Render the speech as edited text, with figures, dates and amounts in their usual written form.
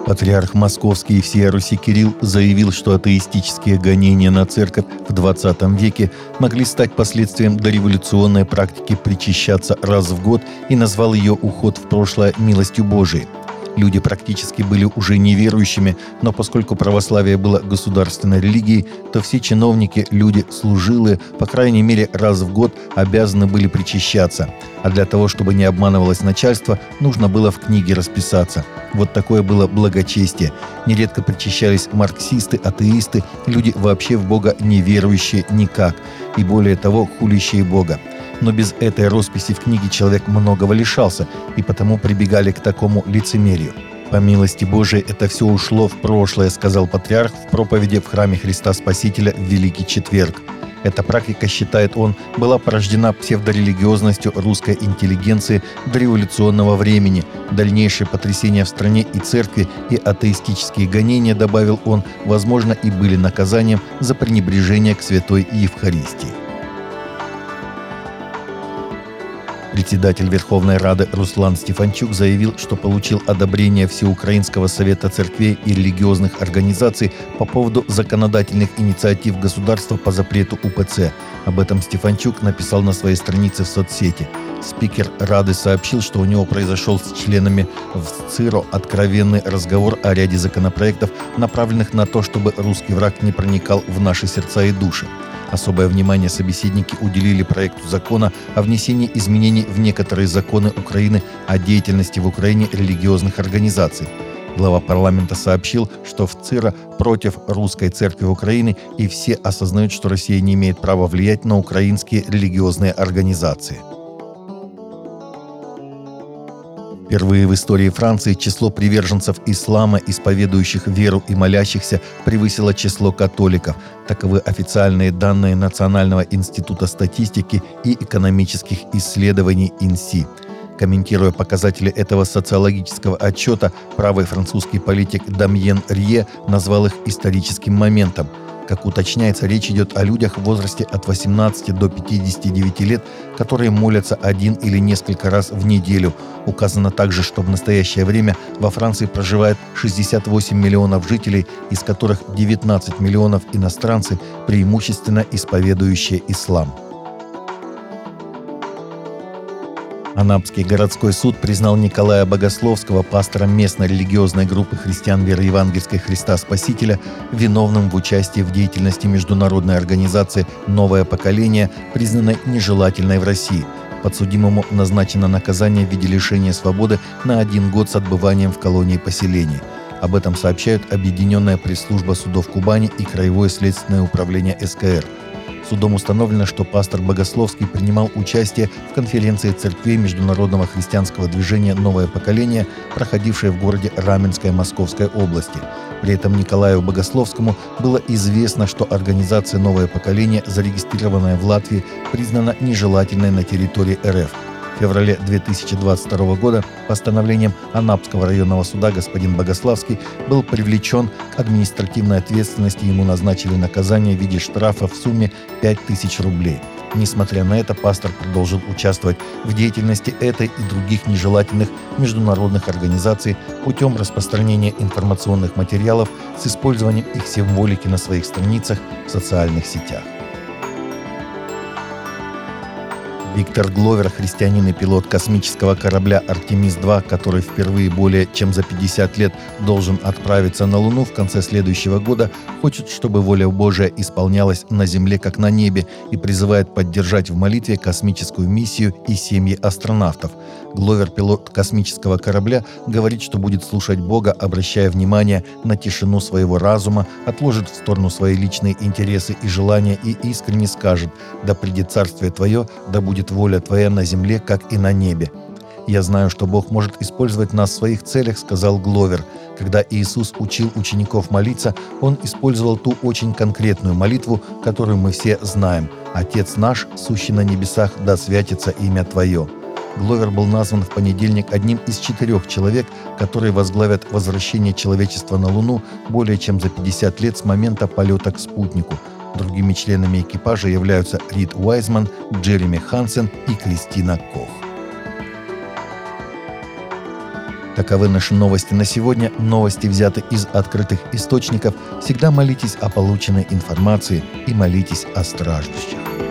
Патриарх Московский и всея Руси Кирилл заявил, что атеистические гонения на церковь в XX веке могли стать последствием дореволюционной практики причащаться раз в год и назвал ее уход в прошлое милостью Божией. Люди практически были уже неверующими, но поскольку православие было государственной религией, то все чиновники, люди служилые, по крайней мере раз в год обязаны были причащаться. А для того, чтобы не обманывалось начальство, нужно было в книге расписаться. Вот такое было благочестие. Нередко причащались марксисты, атеисты, люди вообще в Бога не верующие никак, и более того, хулящие Бога. Но без этой росписи в книге человек многого лишался, и потому прибегали к такому лицемерию. «По милости Божией это все ушло в прошлое», — сказал патриарх в проповеди в храме Христа Спасителя в Великий Четверг. Эта практика, считает он, была порождена псевдорелигиозностью русской интеллигенции до революционного времени. Дальнейшие потрясения в стране и церкви и атеистические гонения, добавил он, возможно, и были наказанием за пренебрежение к святой Евхаристии. Председатель Верховной Рады Руслан Стефанчук заявил, что получил одобрение Всеукраинского совета церквей и религиозных организаций по поводу законодательных инициатив государства по запрету УПЦ. Об этом Стефанчук написал на своей странице в соцсети. Спикер Рады сообщил, что у него произошел с членами ВЦИРО откровенный разговор о ряде законопроектов, направленных на то, чтобы русский враг не проникал в наши сердца и души. Особое внимание собеседники уделили проекту закона о внесении изменений в некоторые законы Украины о деятельности в Украине религиозных организаций. Глава парламента сообщил, что ВЦИРО против русской церкви Украины, и все осознают, что Россия не имеет права влиять на украинские религиозные организации. Впервые в истории Франции число приверженцев ислама, исповедующих веру и молящихся, превысило число католиков. Таковы официальные данные Национального института статистики и экономических исследований ИНСИ. Комментируя показатели этого социологического отчета, правый французский политик Дамьен Рье назвал их историческим моментом. Как уточняется, речь идет о людях в возрасте от 18 до 59 лет, которые молятся один или несколько раз в неделю. Указано также, что в настоящее время во Франции проживает 68 миллионов жителей, из которых 19 миллионов иностранцы, преимущественно исповедующие ислам. Анапский городской суд признал Николая Богословского, пастора местной религиозной группы христиан веры Евангельской Христа Спасителя, виновным в участии в деятельности международной организации «Новое поколение», признанной нежелательной в России. Подсудимому назначено наказание в виде лишения свободы на 1 год с отбыванием в колонии поселения. Об этом сообщают Объединенная пресс-служба судов Кубани и Краевое следственное управление СКР. Судом установлено, что пастор Богословский принимал участие в конференции церквей Международного христианского движения «Новое поколение», проходившей в городе Раменской Московской области. При этом Николаю Богословскому было известно, что организация «Новое поколение», зарегистрированная в Латвии, признана нежелательной на территории РФ. В феврале 2022 года постановлением Анапского районного суда господин Богословский был привлечен к административной ответственности. Ему назначили наказание в виде штрафа в сумме 5000 рублей. Несмотря на это, пастор продолжил участвовать в деятельности этой и других нежелательных международных организаций путем распространения информационных материалов с использованием их символики на своих страницах в социальных сетях. Виктор Гловер, христианин и пилот космического корабля «Артемис-2», который впервые более чем за 50 лет должен отправиться на Луну в конце следующего года, хочет, чтобы воля Божия исполнялась на Земле, как на небе, и призывает поддержать в молитве космическую миссию и семьи астронавтов. Гловер, пилот космического корабля, говорит, что будет слушать Бога, обращая внимание на тишину своего разума, отложит в сторону свои личные интересы и желания и искренне скажет: «Да придет царствие Твое, да будет воля Твоя на земле, как и на небе». «Я знаю, что Бог может использовать нас в своих целях», — сказал Гловер. Когда Иисус учил учеников молиться, Он использовал ту очень конкретную молитву, которую мы все знаем: «Отец наш, сущий на небесах, да святится имя Твое». Гловер был назван в понедельник одним из 4 человек, которые возглавят возвращение человечества на Луну более чем за 50 лет с момента полета к спутнику. Другими членами экипажа являются Рид Уайзман, Джереми Хансен и Кристина Кох. Таковы наши новости на сегодня. Новости взяты из открытых источников. Всегда молитесь о полученной информации и молитесь о страждущих.